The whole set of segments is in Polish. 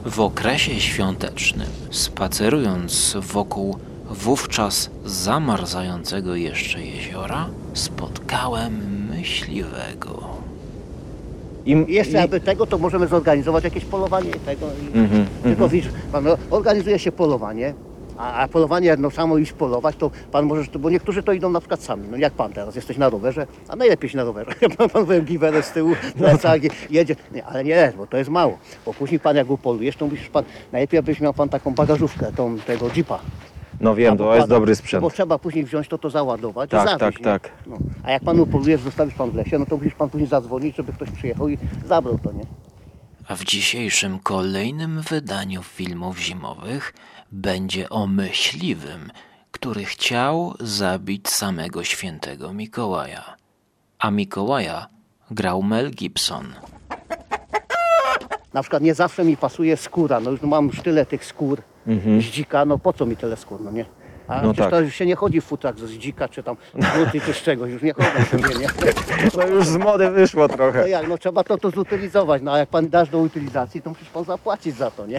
W okresie świątecznym, spacerując wokół wówczas zamarzającego jeszcze jeziora, spotkałem myśliwego. I jeszcze aby tego, to możemy zorganizować jakieś polowanie tego. Tylko widzisz, pan, organizuje się polowanie, a polowanie, no samo iść polować, to pan może, bo niektórzy to idą na przykład sami, no jak pan teraz, jesteś na rowerze, a najlepiej się na rowerze, pan giwerę z tyłu, plecak, jedzie, nie, ale nie, bo to jest mało, bo później pan jak upolujesz, to musisz pan, najlepiej abyś miał pan taką bagażówkę, tego jeepa. No wiem, to jest dobry sprzęt. Bo trzeba później wziąć to załadować Tak, i zawieźć, tak. No. A jak pan upolujesz, zostawisz pan w lesie, no to musisz pan później zadzwonić, żeby ktoś przyjechał i zabrał to, nie? A w dzisiejszym kolejnym wydaniu filmów zimowych będzie o myśliwym, który chciał zabić samego świętego Mikołaja. A Mikołaja grał Mel Gibson. Na przykład nie zawsze mi pasuje skóra, no już mam już tyle tych skór z dzika, no po co mi tyle skór, no nie? A No przecież tak. to już się nie chodzi w futrach z dzika, czy tam buty, czy z czegoś, już nie chodzą sobie, nie? No już z mody wyszło No trochę. jak, no trzeba to zutylizować, no a jak pan dasz do utylizacji, to musisz pan zapłacić za to, nie?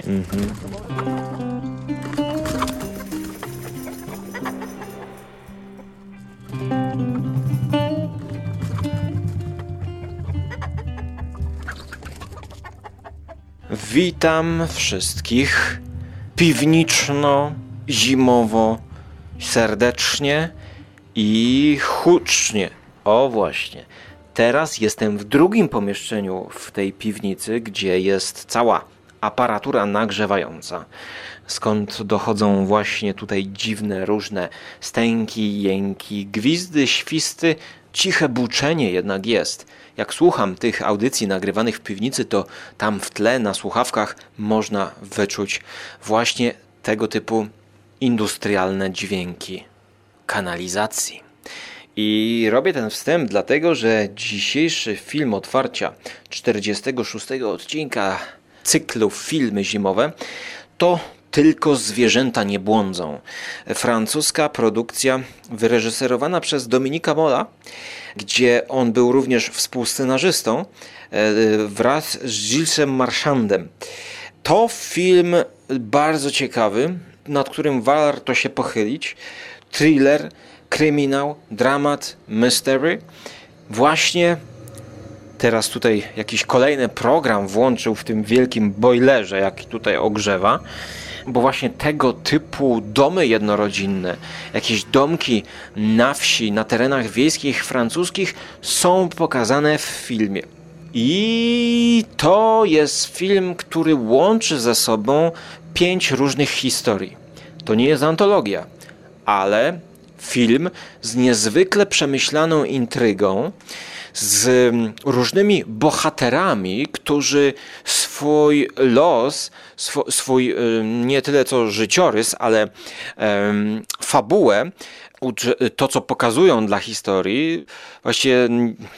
Witam wszystkich piwniczno, zimowo, serdecznie i hucznie. O właśnie, teraz jestem w drugim pomieszczeniu w tej piwnicy, gdzie jest cała aparatura nagrzewająca. Skąd dochodzą właśnie tutaj dziwne, różne stęki, jęki, gwizdy, świsty, ciche buczenie jednak jest. Jak słucham tych audycji nagrywanych w piwnicy, to tam w tle na słuchawkach można wyczuć właśnie tego typu industrialne dźwięki kanalizacji. I robię ten wstęp dlatego, że dzisiejszy film otwarcia 46 odcinka cyklu Filmy Zimowe to Tylko zwierzęta nie błądzą. Francuska produkcja wyreżyserowana przez Dominika Mola, gdzie on był również współscenarzystą wraz z Gillesem Marchandem. To film bardzo ciekawy, nad którym warto się pochylić. Thriller, kryminał, dramat, mystery. Właśnie teraz tutaj jakiś kolejny program włączył w tym wielkim bojlerze, jaki tutaj ogrzewa, bo właśnie tego typu domy jednorodzinne, jakieś domki na wsi, na terenach wiejskich francuskich są pokazane w filmie. I to jest film, który łączy ze sobą 5 różnych historii. To nie jest antologia, ale film z niezwykle przemyślaną intrygą, z różnymi bohaterami, którzy swój los, swój nie tyle co życiorys, ale fabułę, to co pokazują dla historii, właściwie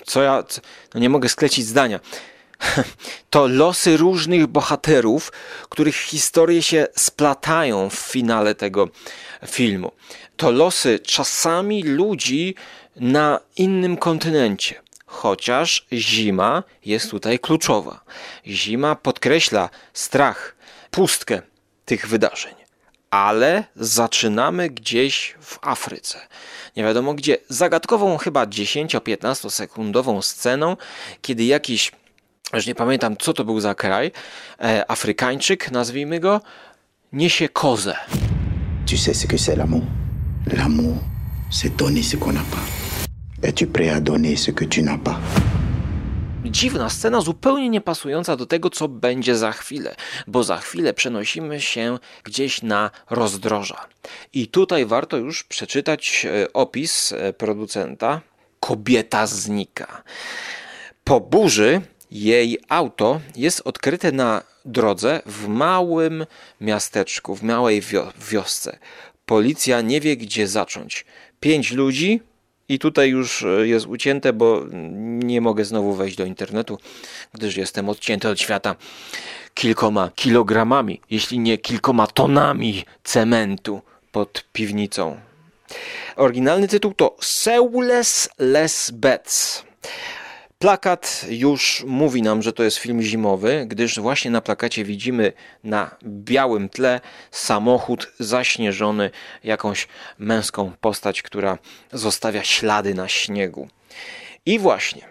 no nie mogę sklecić zdania. To losy różnych bohaterów, których historie się splatają w finale tego filmu. To losy czasami ludzi na innym kontynencie. Chociaż zima jest tutaj kluczowa. Zima podkreśla strach, pustkę tych wydarzeń. Ale zaczynamy gdzieś w Afryce. Nie wiadomo gdzie. Zagadkową chyba 10-15 sekundową sceną, kiedy jakiś, już nie pamiętam co to był za kraj, Afrykańczyk, nazwijmy go, niesie kozę. Tu sais ce que c'est l'amour? L'amour, c'est donner ce qu'on n'a pas. Es-tu prêt à donner ce que tu n'as pas? Dziwna scena, zupełnie niepasująca do tego, co będzie za chwilę, bo za chwilę przenosimy się gdzieś na rozdroża. I tutaj warto już przeczytać opis producenta. Kobieta znika. Po burzy jej auto jest odkryte na drodze w małym miasteczku, w małej wiosce. Policja nie wie, gdzie zacząć. 5 ludzi i tutaj już jest ucięte, bo nie mogę znowu wejść do internetu, gdyż jestem odcięty od świata kilkoma kilogramami, jeśli nie kilkoma tonami cementu pod piwnicą. Oryginalny tytuł to Soulless Les Bêtes. Plakat już mówi nam, że to jest film zimowy, gdyż właśnie na plakacie widzimy na białym tle samochód zaśnieżony, jakąś męską postać, która zostawia ślady na śniegu. I właśnie,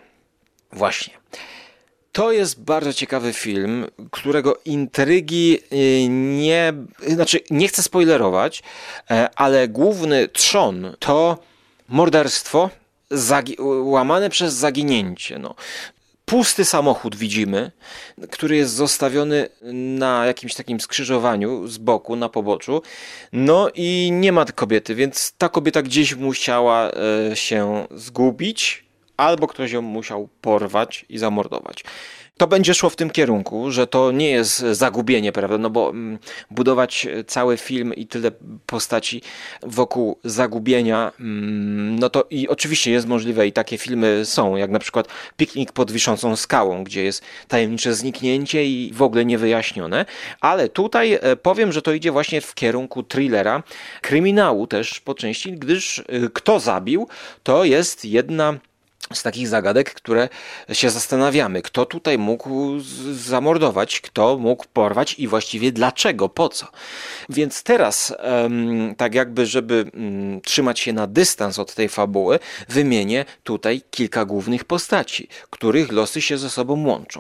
to jest bardzo ciekawy film, którego intrygi nie chcę spoilerować, ale główny trzon to morderstwo łamane przez zaginięcie. Pusty samochód widzimy, który jest zostawiony na jakimś takim skrzyżowaniu z boku, na poboczu. No i nie ma kobiety, więc ta kobieta gdzieś musiała się zgubić, albo ktoś ją musiał porwać i zamordować. To będzie szło w tym kierunku, że to nie jest zagubienie, prawda? No bo budować cały film i tyle postaci wokół zagubienia, no to i oczywiście jest możliwe i takie filmy są, jak na przykład Piknik pod wiszącą skałą, gdzie jest tajemnicze zniknięcie i w ogóle niewyjaśnione, ale tutaj powiem, że to idzie właśnie w kierunku thrillera, kryminału też po części, gdyż kto zabił, to jest jedna z takich zagadek, które się zastanawiamy. Kto tutaj mógł zamordować, kto mógł porwać i właściwie dlaczego, po co. Więc teraz, tak jakby, żeby trzymać się na dystans od tej fabuły, wymienię tutaj kilka głównych postaci, których losy się ze sobą łączą.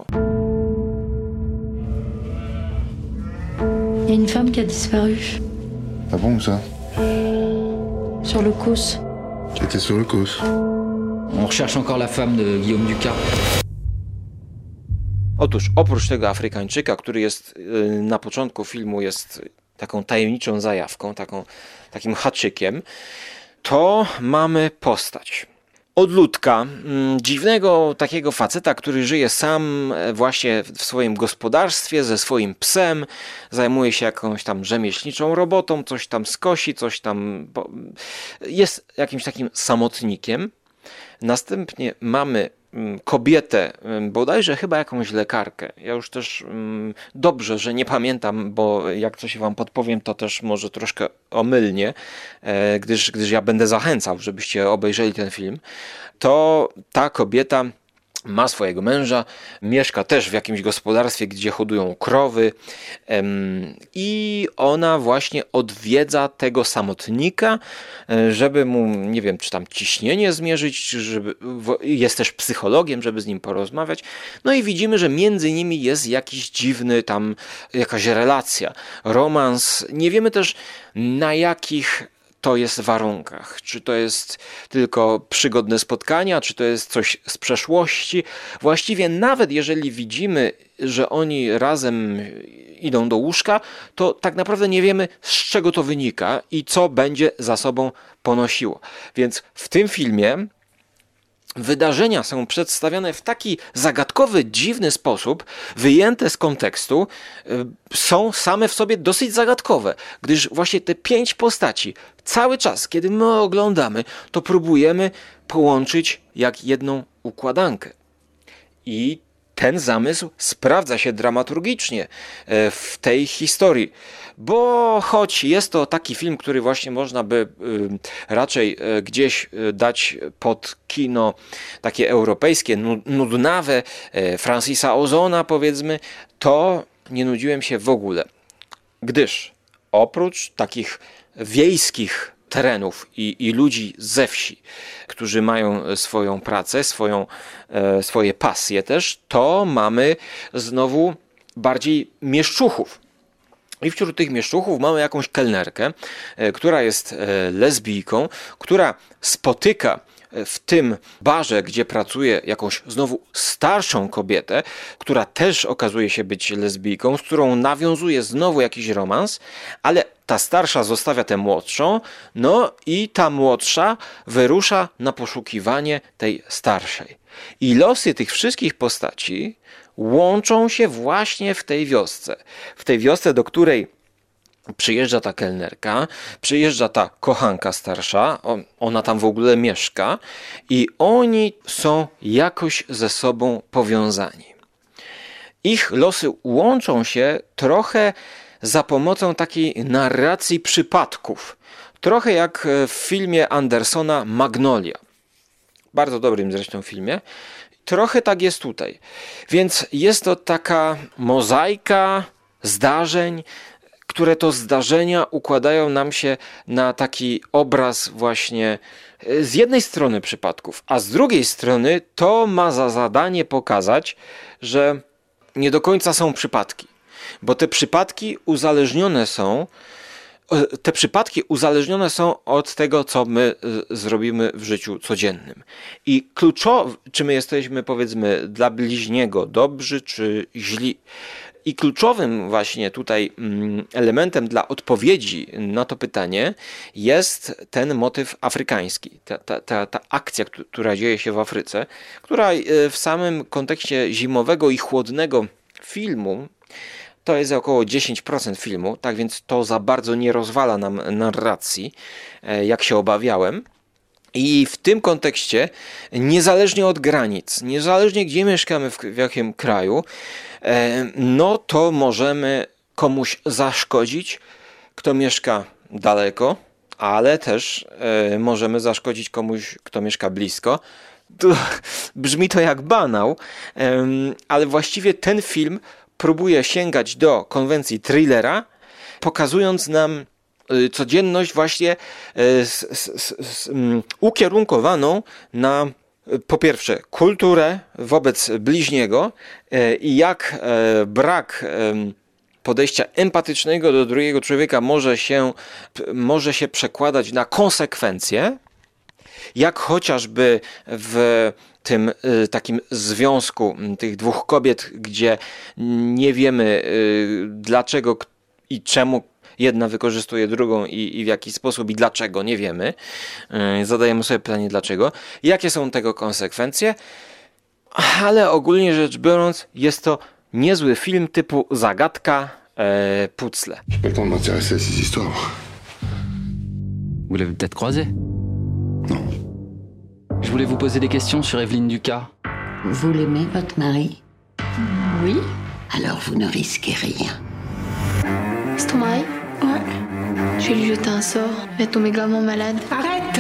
Il y a une femme qui a disparu Ah bon, où ça? sur le Causse. Tu étais sur le cause. On recherche encore la femme de Guillaume Ducas. Otóż oprócz tego Afrykańczyka, który jest na początku filmu jest taką tajemniczą zajawką, takim haczykiem, to mamy postać. Odludka, dziwnego takiego faceta, który żyje sam właśnie w swoim gospodarstwie ze swoim psem, zajmuje się jakąś tam rzemieślniczą robotą, coś tam skosi, coś tam jest jakimś takim samotnikiem. Następnie mamy kobietę, bodajże chyba jakąś lekarkę. Ja już też dobrze, że nie pamiętam, bo jak coś wam podpowiem, to też może troszkę omylnie, gdyż ja będę zachęcał, żebyście obejrzeli ten film. To ta kobieta ma swojego męża, mieszka też w jakimś gospodarstwie, gdzie hodują krowy i ona właśnie odwiedza tego samotnika, żeby mu, nie wiem, czy tam ciśnienie zmierzyć, jest też psychologiem, żeby z nim porozmawiać. No i widzimy, że między nimi jest jakiś dziwny tam, jakaś relacja, romans. Nie wiemy też na jakich to jest warunkach. Czy to jest tylko przygodne spotkania, czy to jest coś z przeszłości. Właściwie nawet jeżeli widzimy, że oni razem idą do łóżka, to tak naprawdę nie wiemy, z czego to wynika i co będzie za sobą ponosiło. Więc w tym filmie wydarzenia są przedstawiane w taki zagadkowy, dziwny sposób, wyjęte z kontekstu, są same w sobie dosyć zagadkowe, gdyż właśnie te 5 postaci cały czas, kiedy my oglądamy, to próbujemy połączyć jak jedną układankę. I ten zamysł sprawdza się dramaturgicznie w tej historii, bo choć jest to taki film, który właśnie można by raczej gdzieś dać pod kino takie europejskie, nudnawe, Francisa Ozona powiedzmy, to nie nudziłem się w ogóle, gdyż oprócz takich wiejskich terenów i ludzi ze wsi, którzy mają swoją pracę, swoje pasje też, to mamy znowu bardziej mieszczuchów. I wśród tych mieszczuchów mamy jakąś kelnerkę, która jest lesbijką, która spotyka w tym barze, gdzie pracuje, jakąś znowu starszą kobietę, która też okazuje się być lesbijką, z którą nawiązuje znowu jakiś romans, ale ta starsza zostawia tę młodszą, no i ta młodsza wyrusza na poszukiwanie tej starszej. I losy tych wszystkich postaci łączą się właśnie w tej wiosce. W tej wiosce, do której przyjeżdża ta kelnerka, przyjeżdża ta kochanka starsza, ona tam w ogóle mieszka i oni są jakoś ze sobą powiązani. Ich losy łączą się trochę za pomocą takiej narracji przypadków. Trochę jak w filmie Andersona Magnolia. Bardzo dobrym zresztą filmie. trochę tak jest tutaj. Więc jest to taka mozaika zdarzeń, które to zdarzenia układają nam się na taki obraz właśnie z jednej strony przypadków, a z drugiej strony to ma za zadanie pokazać, że nie do końca są przypadki, bo te przypadki uzależnione są od tego, co my zrobimy w życiu codziennym. I kluczowe, czy my jesteśmy, powiedzmy, dla bliźniego dobrzy, czy źli. I kluczowym właśnie tutaj elementem dla odpowiedzi na to pytanie jest ten motyw afrykański. Ta akcja, która dzieje się w Afryce, która w samym kontekście zimowego i chłodnego filmu to jest około 10% filmu, tak więc to za bardzo nie rozwala nam narracji, jak się obawiałem. I w tym kontekście, niezależnie od granic, niezależnie gdzie mieszkamy, w jakim kraju, no to możemy komuś zaszkodzić, kto mieszka daleko, ale też możemy zaszkodzić komuś, kto mieszka blisko. Brzmi to jak banał, ale właściwie ten film próbuje sięgać do konwencji thrillera, pokazując nam codzienność właśnie ukierunkowaną na, po pierwsze, kulturę wobec bliźniego i jak brak podejścia empatycznego do drugiego człowieka może się przekładać na konsekwencje, jak chociażby w tym takim związku tych dwóch kobiet, gdzie nie wiemy dlaczego i czemu jedna wykorzystuje drugą i w jaki sposób i dlaczego, nie wiemy. Zadajemy sobie pytanie dlaczego. Jakie są tego konsekwencje? Ale ogólnie rzecz biorąc jest to niezły film typu zagadka, puzzle. J'ai pas le temps de m'intéresser à ces histoires. Vous l'avez peut-être croisée? Non. Je voulais vous poser des questions sur Evelyne Ducas. Vous l'aimez, votre mari? Oui. Alors vous ne risquez rien. C'est ton mari? Ouais. Je vais lui jeter un sort. Il va tomber gravement malade. Arrête!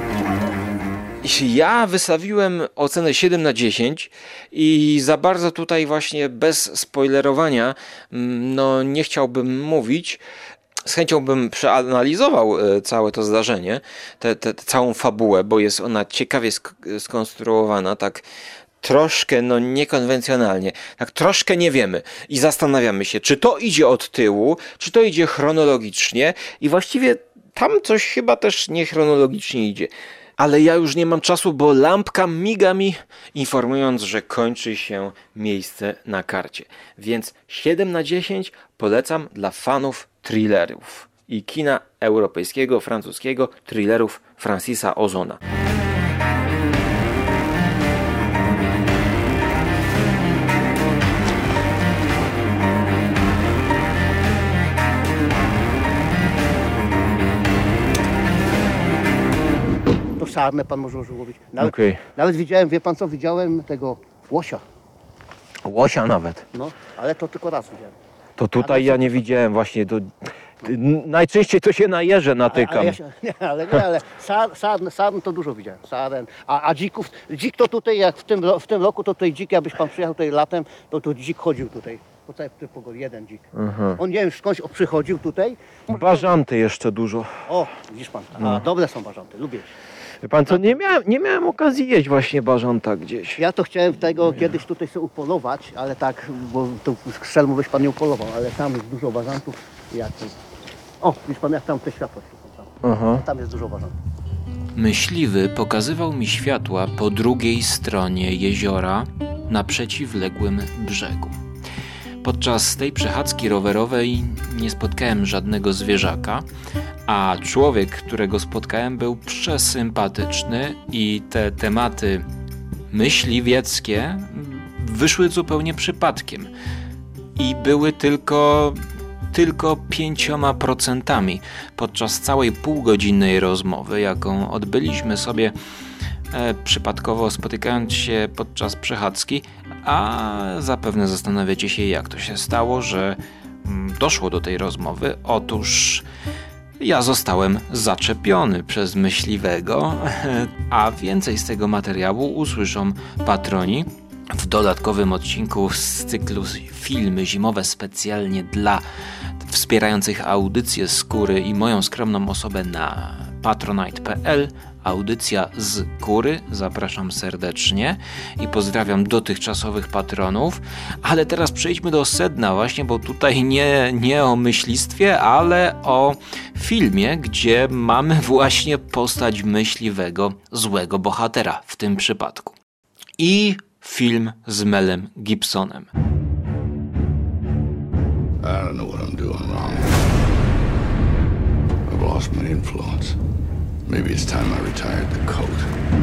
Ja wystawiłem ocenę 7 na 10 i za bardzo tutaj właśnie bez spoilerowania no nie chciałbym mówić. Z chęcią bym przeanalizował całe to zdarzenie, całą fabułę, bo jest ona ciekawie skonstruowana, tak troszkę niekonwencjonalnie, tak troszkę nie wiemy i zastanawiamy się, czy to idzie od tyłu, czy to idzie chronologicznie i właściwie tam coś chyba też niechronologicznie idzie. Ale ja już nie mam czasu, bo lampka miga mi, informując, że kończy się miejsce na karcie. Więc 7 na 10 polecam dla fanów thrillerów i kina europejskiego, francuskiego, thrillerów Francisa Ozona. To sarnę pan może łowić. Okej. Nawet widziałem, wie pan co, widziałem tego łosia. Łosia nawet. No, ale to tylko raz widziałem. To tutaj ja nie widziałem właśnie. Najczęściej to się na jeże natykam. Ale sarn to dużo widziałem. Saren. A dzików, dzik to tutaj, jak w tym roku, to tutaj dzik, jakbyś pan przyjechał tutaj latem, to dzik chodził tutaj. Po całej pogodzie, jeden dzik. On nie wiem skądś przychodził tutaj. Bażanty jeszcze dużo. O, widzisz pan, dobre są bażanty, lubię. Wie pan co, nie miałem okazji jeść właśnie bażanta gdzieś. Ja to chciałem kiedyś tutaj sobie upolować, ale tak, bo to strzelmu byś pan nie upolował, ale tam jest dużo bażantów. O, widzisz pan, jak tam te światła są tam. Tam jest dużo bażantów. Myśliwy pokazywał mi światła po drugiej stronie jeziora na przeciwległym brzegu. Podczas tej przechadzki rowerowej nie spotkałem żadnego zwierzaka, a człowiek, którego spotkałem, był przesympatyczny i te tematy myśliwieckie wyszły zupełnie przypadkiem i były tylko 5% podczas całej półgodzinnej rozmowy, jaką odbyliśmy sobie przypadkowo spotykając się podczas przechadzki, a zapewne zastanawiacie się, jak to się stało, że doszło do tej rozmowy. Otóż ja zostałem zaczepiony przez myśliwego, a więcej z tego materiału usłyszą patroni w dodatkowym odcinku z cyklu Filmy Zimowe specjalnie dla wspierających audycję Skóry i moją skromną osobę na patronite.pl. Audycja z Góry. Zapraszam serdecznie i pozdrawiam dotychczasowych patronów. Ale teraz przejdźmy do sedna właśnie, bo tutaj nie o myślistwie, ale o filmie, gdzie mamy właśnie postać myśliwego, złego bohatera w tym przypadku. I film z Melem Gibsonem. I don't know what I'm doing wrong. I've lost my influence. Maybe it's time I retired the coat.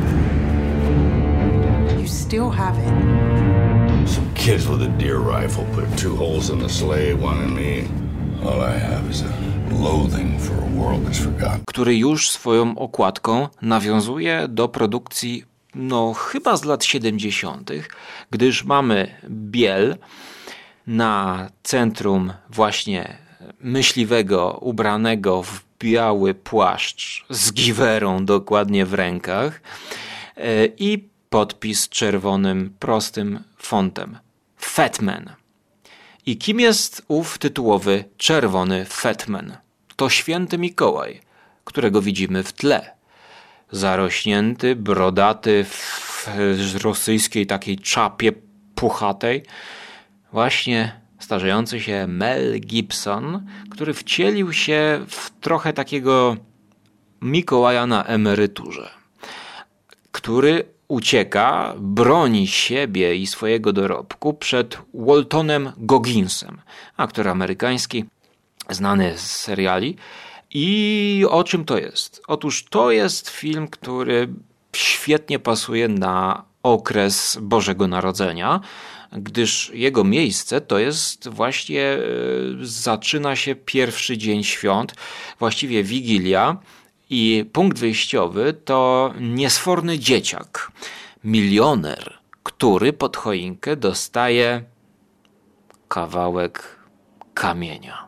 You still have it. Some kids with a deer rifle put 2 holes in the sleigh, one in me. All I have is a loathing for a world that's forgotten. Który już swoją okładką nawiązuje do produkcji, chyba z lat 70., gdyż mamy biel na centrum właśnie myśliwego ubranego w biały płaszcz z giwerą dokładnie w rękach i podpis czerwonym, prostym fontem. Fatman. I kim jest ów tytułowy czerwony Fatman? To święty Mikołaj, którego widzimy w tle. Zarośnięty, brodaty w rosyjskiej takiej czapie puchatej. Właśnie starzejący się Mel Gibson, który wcielił się w trochę takiego Mikołaja na emeryturze, który ucieka, broni siebie i swojego dorobku przed Waltonem Gogginsem, aktor amerykański, znany z seriali. I o czym to jest? Otóż to jest film, który świetnie pasuje na okres Bożego Narodzenia, gdyż jego miejsce to jest właśnie, zaczyna się pierwszy dzień świąt, właściwie Wigilia, i punkt wyjściowy to niesforny dzieciak, milioner, który pod choinkę dostaje kawałek kamienia.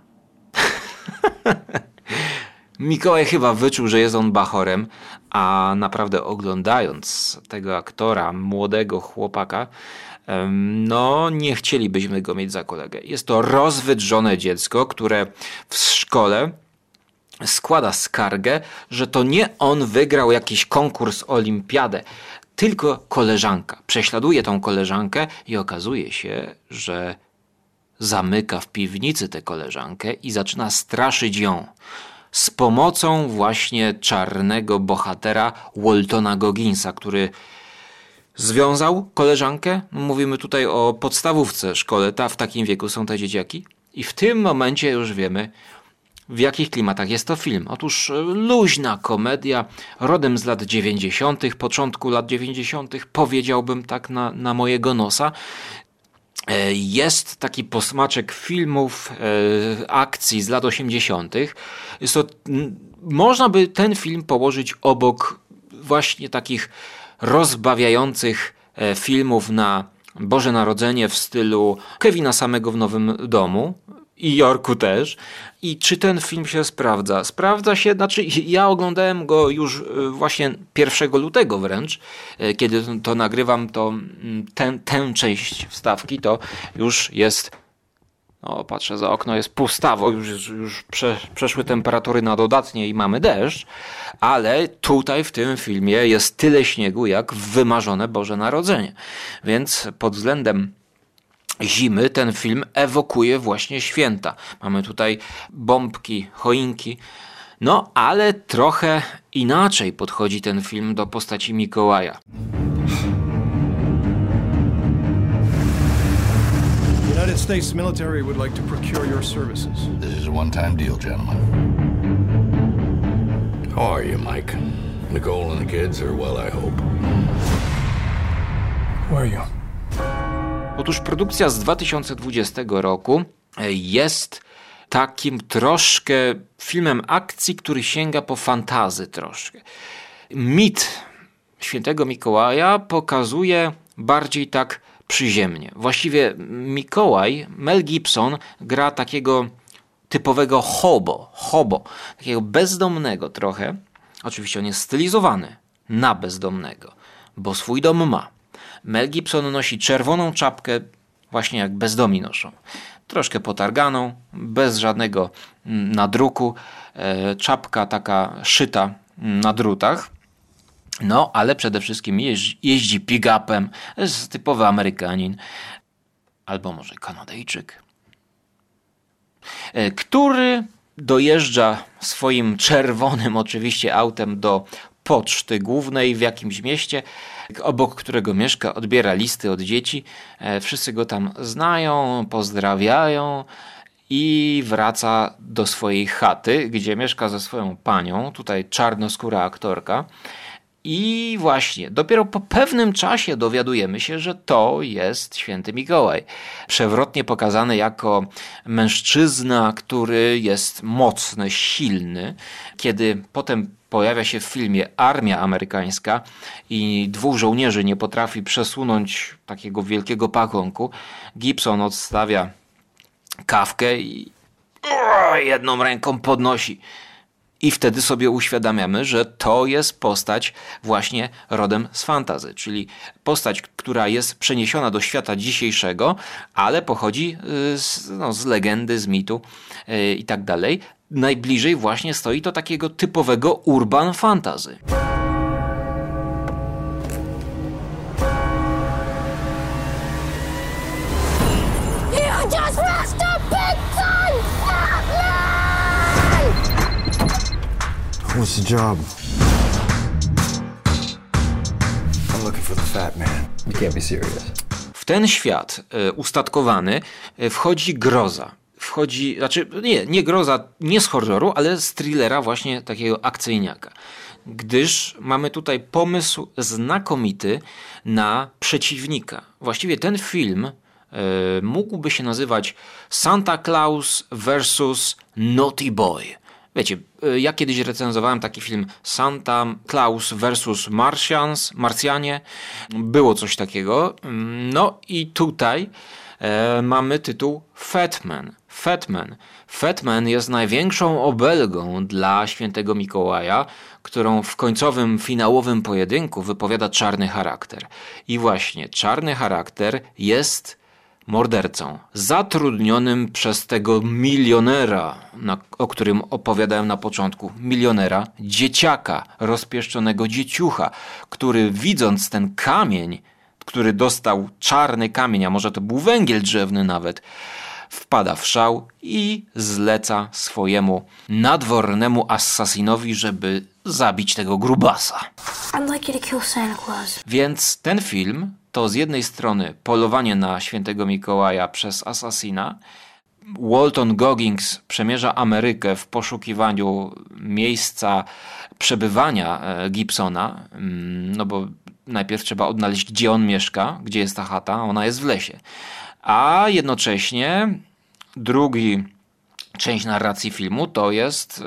Mikołaj chyba wyczuł, że jest on bachorem, a naprawdę oglądając tego aktora, młodego chłopaka, nie chcielibyśmy go mieć za kolegę. Jest to rozwydrzone dziecko, które w szkole składa skargę, że to nie on wygrał jakiś konkurs, olimpiadę, tylko koleżanka. Prześladuje tą koleżankę i okazuje się, że zamyka w piwnicy tę koleżankę i zaczyna straszyć ją z pomocą właśnie czarnego bohatera Waltona Gogginsa, który związał koleżankę. Mówimy tutaj o podstawówce, szkole, w takim wieku są te dzieciaki. I w tym momencie już wiemy, w jakich klimatach jest to film. Otóż luźna komedia, rodem z lat 90., początku lat 90., powiedziałbym tak na mojego nosa. Jest taki posmaczek filmów, akcji z lat 80. Jest to, można by ten film położyć obok właśnie takich rozbawiających filmów na Boże Narodzenie w stylu Kevina Samego w Nowym Domu i Jorku też. I czy ten film się sprawdza? Sprawdza się, znaczy ja oglądałem go już właśnie 1 lutego wręcz, kiedy to nagrywam, to tę część wstawki to już jest, patrzę za okno, jest pustawo, już przeszły temperatury na dodatnie i mamy deszcz, ale tutaj w tym filmie jest tyle śniegu jak w wymarzone Boże Narodzenie, więc pod względem zimy ten film ewokuje właśnie święta. Mamy tutaj bombki, choinki, ale trochę inaczej podchodzi ten film do postaci Mikołaja. The United States military would like to procure your services. This is a one-time deal, gentlemen. How are you, Mike? Nicole and the kids are well, I hope. Who are you? Otóż produkcja z 2020 roku jest takim troszkę filmem akcji, który sięga po fantazy troszkę. Mit Świętego Mikołaja pokazuje bardziej tak przyziemnie. Właściwie Mikołaj, Mel Gibson gra takiego typowego hobo, takiego bezdomnego trochę. Oczywiście on jest stylizowany na bezdomnego, bo swój dom ma. Mel Gibson nosi czerwoną czapkę, właśnie jak bezdomni noszą. Troszkę potarganą, bez żadnego nadruku. Czapka taka szyta na drutach. No, ale przede wszystkim jeździ pick-upem. Jest typowy Amerykanin. Albo może Kanadyjczyk. Który dojeżdża swoim czerwonym oczywiście autem do poczty głównej w jakimś mieście, obok którego mieszka, odbiera listy od dzieci. Wszyscy go tam znają, pozdrawiają i wraca do swojej chaty, gdzie mieszka ze swoją panią, tutaj czarnoskóra aktorka. I właśnie, dopiero po pewnym czasie dowiadujemy się, że to jest Święty Mikołaj. Przewrotnie pokazany jako mężczyzna, który jest mocny, silny. Kiedy potem pojawia się w filmie armia amerykańska i 2 żołnierzy nie potrafi przesunąć takiego wielkiego pakonku, Gibson odstawia kawkę i jedną ręką podnosi. I wtedy sobie uświadamiamy, że to jest postać właśnie rodem z fantasy, czyli która jest przeniesiona do świata dzisiejszego, ale pochodzi z legendy, z mitu i tak dalej. Najbliżej właśnie stoi to takiego typowego urban fantasy. What's the job? I'm looking for the fat man. You can't be serious. W ten świat ustatkowany wchodzi groza. Nie groza, nie z horroru, ale z thrillera właśnie takiego akcyjniaka. Gdyż mamy tutaj pomysł znakomity na przeciwnika. Właściwie ten film mógłby się nazywać Santa Claus vs. Naughty Boy. Wiecie, ja kiedyś recenzowałem taki film Santa Claus vs. Marsjanie. Było coś takiego. No i tutaj mamy tytuł Fat Man. Fat Man jest największą obelgą dla Świętego Mikołaja, którą w końcowym, finałowym pojedynku wypowiada czarny charakter. I właśnie czarny charakter jest mordercą, zatrudnionym przez tego milionera, o którym opowiadałem na początku. Milionera, dzieciaka, rozpieszczonego dzieciucha, który widząc ten kamień, który dostał czarny kamień, a może to był węgiel drzewny nawet, wpada w szał i zleca swojemu nadwornemu asasinowi, żeby zabić tego grubasa. I'd like you to kill Santa Claus. Więc ten film to z jednej strony polowanie na Świętego Mikołaja przez asasina. Walton Goggins przemierza Amerykę w poszukiwaniu miejsca przebywania Gibsona, no bo najpierw trzeba odnaleźć, gdzie on mieszka, gdzie jest ta chata, a ona jest w lesie. A jednocześnie drugi część narracji filmu to jest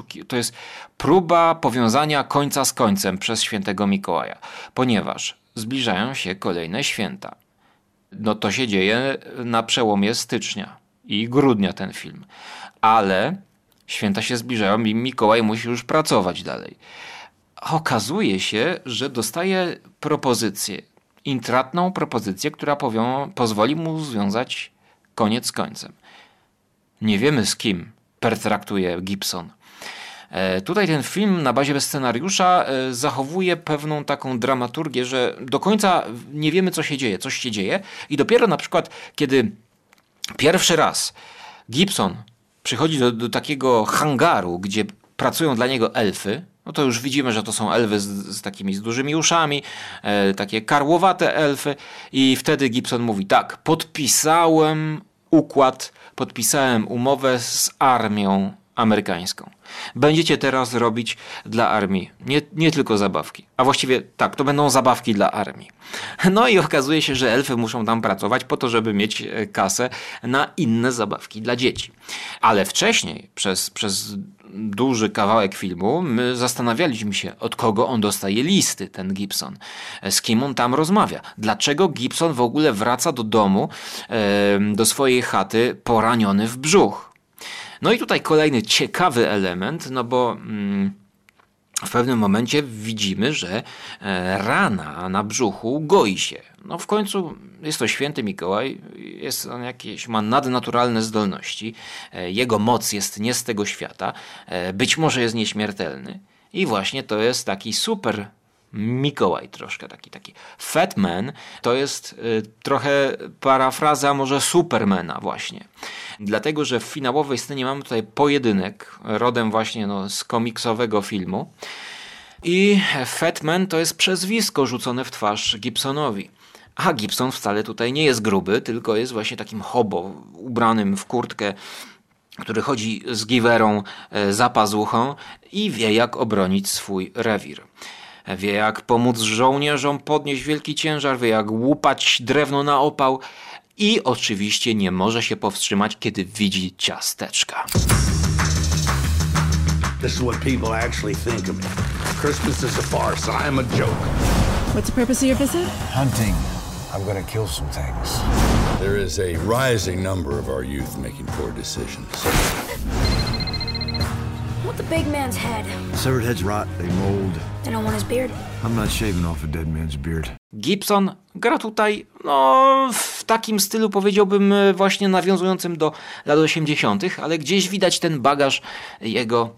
próba powiązania końca z końcem przez Świętego Mikołaja, ponieważ zbliżają się kolejne święta. No to się dzieje na przełomie stycznia i grudnia ten film. Ale święta się zbliżają i Mikołaj musi już pracować dalej. Okazuje się, że dostaje propozycję, intratną propozycję, która pozwoli mu związać koniec z końcem. Nie wiemy z kim pertraktuje Gibson. Tutaj ten film na bazie scenariusza zachowuje pewną taką dramaturgię, że do końca nie wiemy, co się dzieje. Coś się dzieje i dopiero na przykład, kiedy pierwszy raz Gibson przychodzi do takiego hangaru, gdzie pracują dla niego elfy, no to już widzimy, że to są elfy z takimi z dużymi uszami, takie karłowate elfy i wtedy Gibson mówi tak, podpisałem umowę z armią amerykańską. Będziecie teraz robić dla armii nie tylko zabawki, a właściwie tak, to będą zabawki dla armii. No i okazuje się, że elfy muszą tam pracować po to, żeby mieć kasę na inne zabawki dla dzieci. Ale wcześniej, przez duży kawałek filmu, my zastanawialiśmy się, od kogo on dostaje listy, ten Gibson. Z kim on tam rozmawia. Dlaczego Gibson w ogóle wraca do domu, do swojej chaty poraniony w brzuch. No i tutaj kolejny ciekawy element, no bo w pewnym momencie widzimy, że rana na brzuchu goi się. No w końcu jest to święty Mikołaj, ma nadnaturalne zdolności, jego moc jest nie z tego świata, być może jest nieśmiertelny i właśnie to jest taki super Mikołaj troszkę, taki Fat Man, to jest trochę parafraza może Supermana właśnie. Dlatego, że w finałowej scenie mamy tutaj pojedynek rodem właśnie z komiksowego filmu i Fat Man to jest przezwisko rzucone w twarz Gibsonowi. A Gibson wcale tutaj nie jest gruby, tylko jest właśnie takim hobo ubranym w kurtkę, który chodzi z giwerą za pazuchą i wie, jak obronić swój rewir. Wie, jak pomóc żołnierzom podnieść wielki ciężar, wie, jak łupać drewno na opał i oczywiście nie może się powstrzymać, kiedy widzi ciasteczka. This is what people actually think of me. Christmas is a farce. I'm a joke. What's the purpose of your visit? Hunting. I'm gonna kill some things. There is a rising number of our youth making poor decisions. What the big man's head? Severed heads rot, they mold. They don't want his beard. I'm not shaving off a dead man's beard. Gibson gra tutaj w takim stylu, powiedziałbym, właśnie nawiązującym do lat 80., ale gdzieś widać ten bagaż jego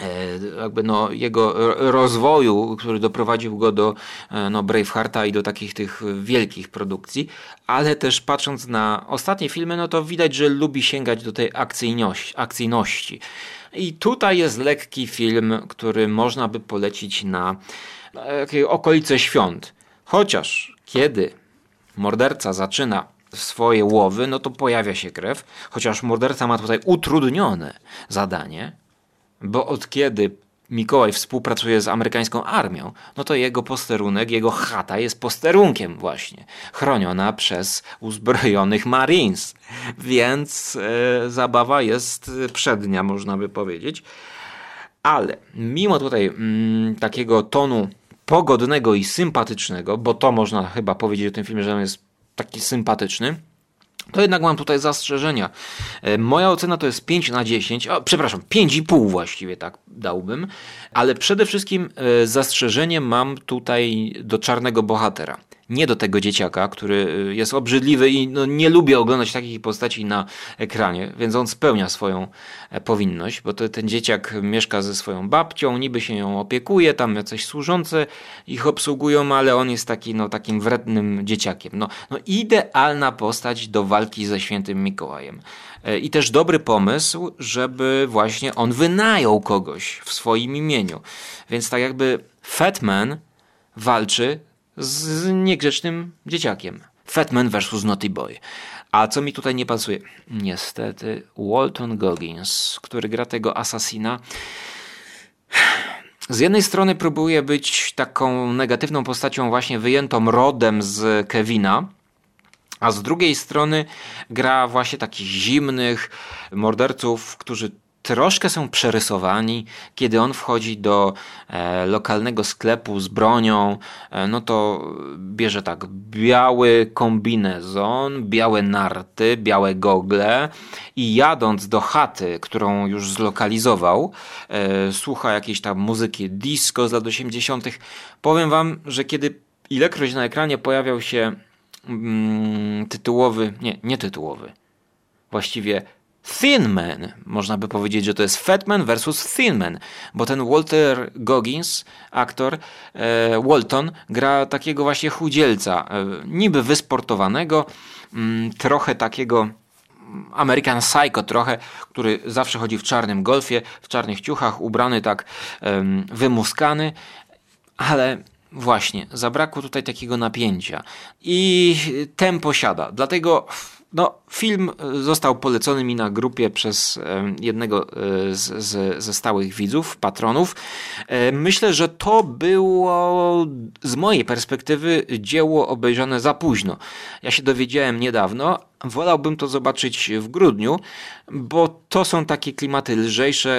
jego rozwoju, który doprowadził go do Bravehearta i do takich tych wielkich produkcji, ale też patrząc na ostatnie filmy, to widać, że lubi sięgać do tej akcyjności. I tutaj jest lekki film, który można by polecić na okolice świąt. Chociaż kiedy morderca zaczyna swoje łowy, to pojawia się krew, chociaż morderca ma tutaj utrudnione zadanie, bo od kiedy Mikołaj współpracuje z amerykańską armią, to jego posterunek, jego chata jest posterunkiem właśnie, chroniona przez uzbrojonych Marines, więc zabawa jest przednia, można by powiedzieć. Ale mimo tutaj takiego tonu pogodnego i sympatycznego, bo to można chyba powiedzieć o tym filmie, że on jest taki sympatyczny, to jednak mam tutaj zastrzeżenia. Moja ocena to jest 5 na 10, 5,5 właściwie tak dałbym, ale przede wszystkim zastrzeżenie mam tutaj do czarnego bohatera. Nie do tego dzieciaka, który jest obrzydliwy i nie lubię oglądać takich postaci na ekranie, więc on spełnia swoją powinność, bo ten dzieciak mieszka ze swoją babcią, niby się ją opiekuje, tam jacyś służące ich obsługują, ale on jest takim wrednym dzieciakiem. Idealna postać do walki ze świętym Mikołajem. I też dobry pomysł, żeby właśnie on wynajął kogoś w swoim imieniu. Więc tak jakby Fat Man walczy z niegrzecznym dzieciakiem. Fat Man vs. Naughty Boy. A co mi tutaj nie pasuje? Niestety Walton Goggins, który gra tego asasina, z jednej strony próbuje być taką negatywną postacią właśnie wyjętą rodem z Kevina, a z drugiej strony gra właśnie takich zimnych morderców, którzy troszkę są przerysowani. Kiedy on wchodzi do lokalnego sklepu z bronią, to bierze tak biały kombinezon, białe narty, białe gogle i jadąc do chaty, którą już zlokalizował, słucha jakiejś tam muzyki disco z lat 80. Powiem wam, że kiedy ilekroć na ekranie pojawiał się nie tytułowy, właściwie Thin Man, można by powiedzieć, że to jest Fat Man versus Thin Man, bo ten Walter Goggins, aktor, Walton, gra takiego właśnie chudzielca, niby wysportowanego, trochę takiego American Psycho trochę, który zawsze chodzi w czarnym golfie, w czarnych ciuchach, ubrany tak wymuskany, ale właśnie, zabrakło tutaj takiego napięcia i tempo siada, dlatego film został polecony mi na grupie przez jednego ze stałych widzów, patronów. Myślę, że to było z mojej perspektywy dzieło obejrzane za późno. Ja się dowiedziałem niedawno, wolałbym to zobaczyć w grudniu, bo to są takie klimaty lżejsze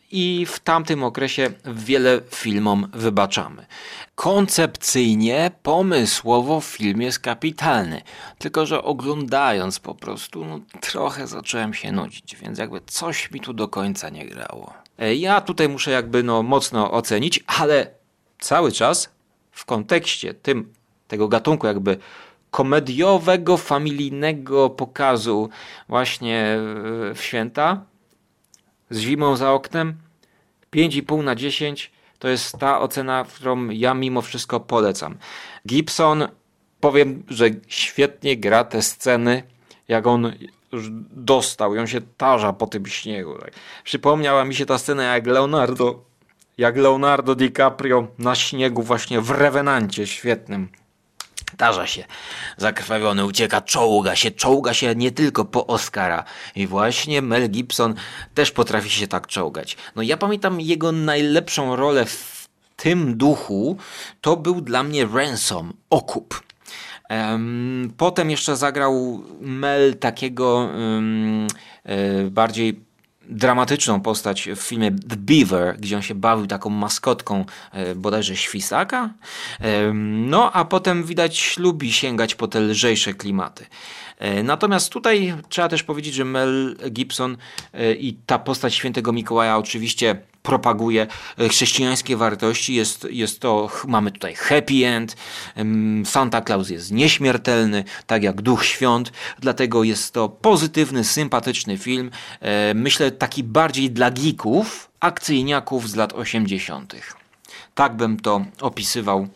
i w tamtym okresie wiele filmom wybaczamy. Koncepcyjnie, pomysłowo film jest kapitalny, tylko że oglądając po prostu trochę zacząłem się nudzić, więc jakby coś mi tu do końca nie grało. Ja tutaj muszę jakby mocno ocenić, ale cały czas w kontekście tego gatunku jakby komediowego, familijnego pokazu właśnie w święta z zimą za oknem 5,5 na 10 to jest ta ocena, którą ja mimo wszystko polecam. Gibson, powiem, że świetnie gra te sceny, jak on już dostał i on się tarza po tym śniegu. Przypomniała mi się ta scena jak Leonardo DiCaprio na śniegu właśnie w Revenancie świetnym. Tarza się, zakrwawiony, ucieka, czołga się nie tylko po Oscara. I właśnie Mel Gibson też potrafi się tak czołgać. Ja pamiętam jego najlepszą rolę w tym duchu, to był dla mnie Ransom, Okup. Potem jeszcze zagrał Mel takiego bardziej dramatyczną postać w filmie The Beaver, gdzie on się bawił taką maskotką bodajże świstaka. A potem widać lubi sięgać po te lżejsze klimaty. Natomiast tutaj trzeba też powiedzieć, że Mel Gibson i ta postać Świętego Mikołaja oczywiście propaguje chrześcijańskie wartości. Mamy tutaj happy end. Santa Claus jest nieśmiertelny, tak jak Duch Świąt. Dlatego jest to pozytywny, sympatyczny film. Myślę taki bardziej dla geeków, akcyjniaków z lat 80. Tak bym to opisywał.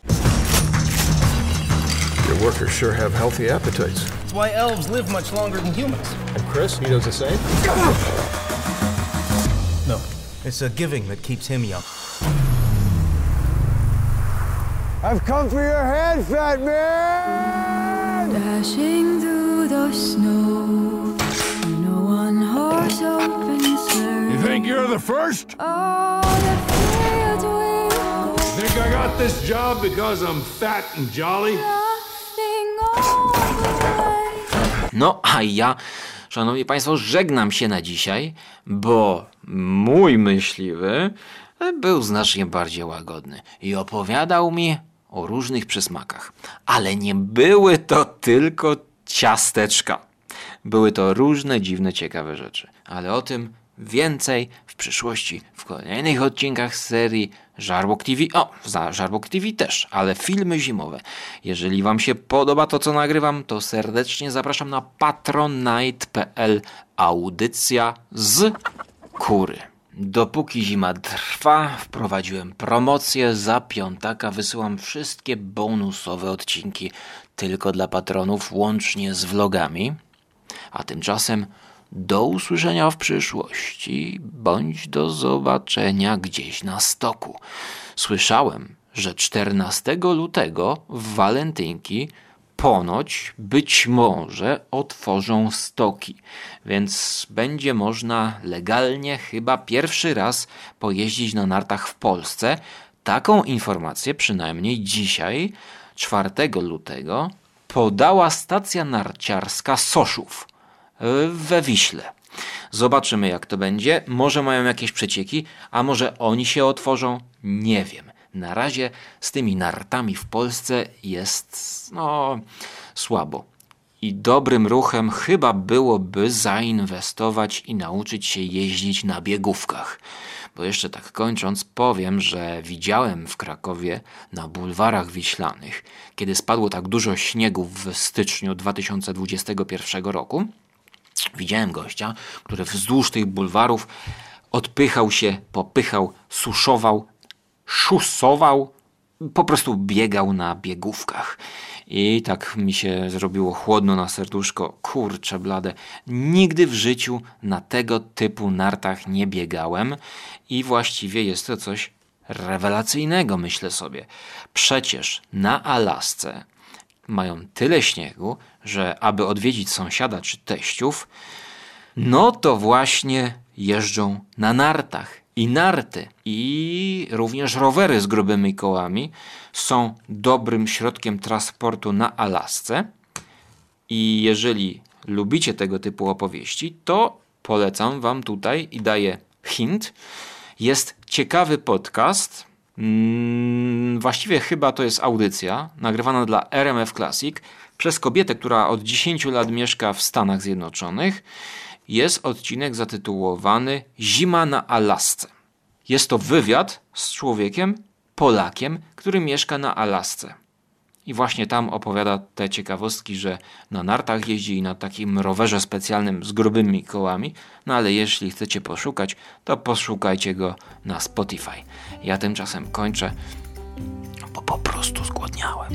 Your workers sure have healthy appetites. That's why elves live much longer than humans. And Chris, he does the same? No, it's a giving that keeps him young. I've come for your head, fat man! Dashing through the snow, no one horse open sleigh. You think you're the first? Oh, the fields will go. Think I got this job because I'm fat and jolly? A ja, szanowni państwo, żegnam się na dzisiaj, bo mój myśliwy był znacznie bardziej łagodny i opowiadał mi o różnych przysmakach. Ale nie były to tylko ciasteczka. Były to różne dziwne, ciekawe rzeczy. Ale o tym więcej w przyszłości, w kolejnych odcinkach serii Żarłok TV. Za Żarłok TV też, ale filmy zimowe. Jeżeli wam się podoba to, co nagrywam, to serdecznie zapraszam na patronite.pl. Audycja z kury. Dopóki zima trwa, wprowadziłem promocję. Za piątaka wysyłam wszystkie bonusowe odcinki tylko dla patronów, łącznie z vlogami. A tymczasem do usłyszenia w przyszłości, bądź do zobaczenia gdzieś na stoku. Słyszałem, że 14 lutego w walentynki ponoć, być może otworzą stoki, więc będzie można legalnie chyba pierwszy raz pojeździć na nartach w Polsce. Taką informację przynajmniej dzisiaj, 4 lutego, podała stacja narciarska Soszów we Wiśle. Zobaczymy, jak to będzie. Może mają jakieś przecieki, a może oni się otworzą? Nie wiem. Na razie z tymi nartami w Polsce jest słabo. I dobrym ruchem chyba byłoby zainwestować i nauczyć się jeździć na biegówkach. Bo jeszcze tak kończąc powiem, że widziałem w Krakowie na bulwarach wiślanych, kiedy spadło tak dużo śniegu w styczniu 2021 roku, widziałem gościa, który wzdłuż tych bulwarów odpychał się, popychał, szusował, po prostu biegał na biegówkach. I tak mi się zrobiło chłodno na serduszko. Kurczę blade, nigdy w życiu na tego typu nartach nie biegałem i właściwie jest to coś rewelacyjnego, myślę sobie. Przecież na Alasce mają tyle śniegu, że aby odwiedzić sąsiada czy teściów, to właśnie jeżdżą na nartach. I narty, i również rowery z grubymi kołami są dobrym środkiem transportu na Alasce. I jeżeli lubicie tego typu opowieści, to polecam wam tutaj i daję hint. jest ciekawy podcast. Właściwie chyba to jest audycja nagrywana dla RMF Classic przez kobietę, która od 10 lat mieszka w Stanach Zjednoczonych. Jest odcinek zatytułowany Zima na Alasce. Jest to wywiad z człowiekiem, Polakiem, który mieszka na Alasce. I właśnie tam opowiada te ciekawostki, że na nartach jeździ i na takim rowerze specjalnym z grubymi kołami. No ale jeśli chcecie poszukać, to poszukajcie go na Spotify. Ja tymczasem kończę, bo po prostu zgłodniałem.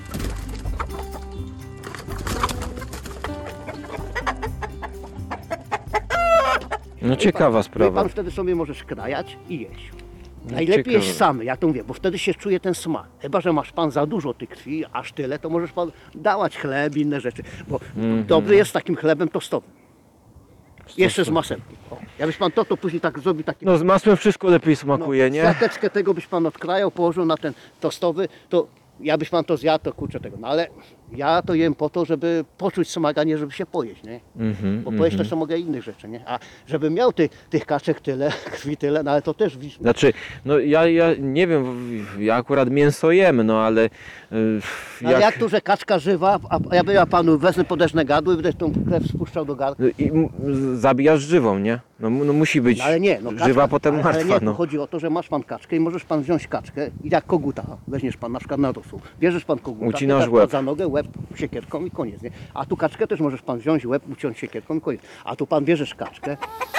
No ciekawa sprawa. Pan wtedy sobie możesz krajać i jeść. Najlepiej jest samy, ja to mówię, bo wtedy się czuje ten smak. Chyba że masz pan za dużo tej krwi, aż tyle, to możesz pan dawać chleb i inne rzeczy. Bo dobry jest takim chlebem tostowym. Jeszcze z masełkiem. Jakbyś pan to później tak zrobił taki... No z masłem wszystko lepiej smakuje, nie? Siateczkę tego byś pan odkrajał, położył na ten tostowy, to jakbyś pan to zjadł, to kurczę tego. No ale ja to jem po to, żeby poczuć smak, a nie żeby się pojeść, nie? Bo pojeść też mogę innych rzeczy, nie? A żeby miał tych kaczek tyle, krwi tyle, no ale to też... Znaczy, no ja nie wiem, ja akurat mięso jem, no ale... Ale jak to, że kaczka żywa, a ja panu wezmę podeszne gadło i będę tą krew spuszczał do gardła? I zabijasz żywą, nie? No musi być ale nie, no, kaczka, żywa, potem martwa. Ale nie, no. chodzi o to, że masz pan kaczkę i możesz pan wziąć kaczkę i jak koguta weźmiesz pan na przykład na rosół, bierzesz pan koguta, ucinasz łeb za nogę, łeb siekierką i koniec, nie? A tu kaczkę też możesz pan wziąć, łeb uciąć siekierką i koniec. A tu pan bierzesz kaczkę.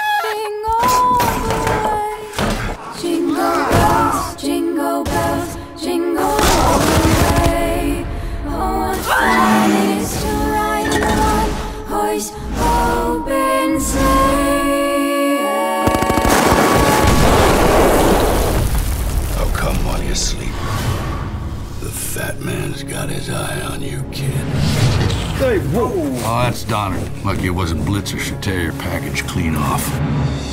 Jingle bells, jingle bells, jingle all the way. Oh, what fun it is to ride in a one-horse open sleigh. How come while you sleep, the fat man's got his eye on you, kid? Hey, whoa! Oh, that's Donner. Lucky it wasn't Blitzer. Should tear your package clean off.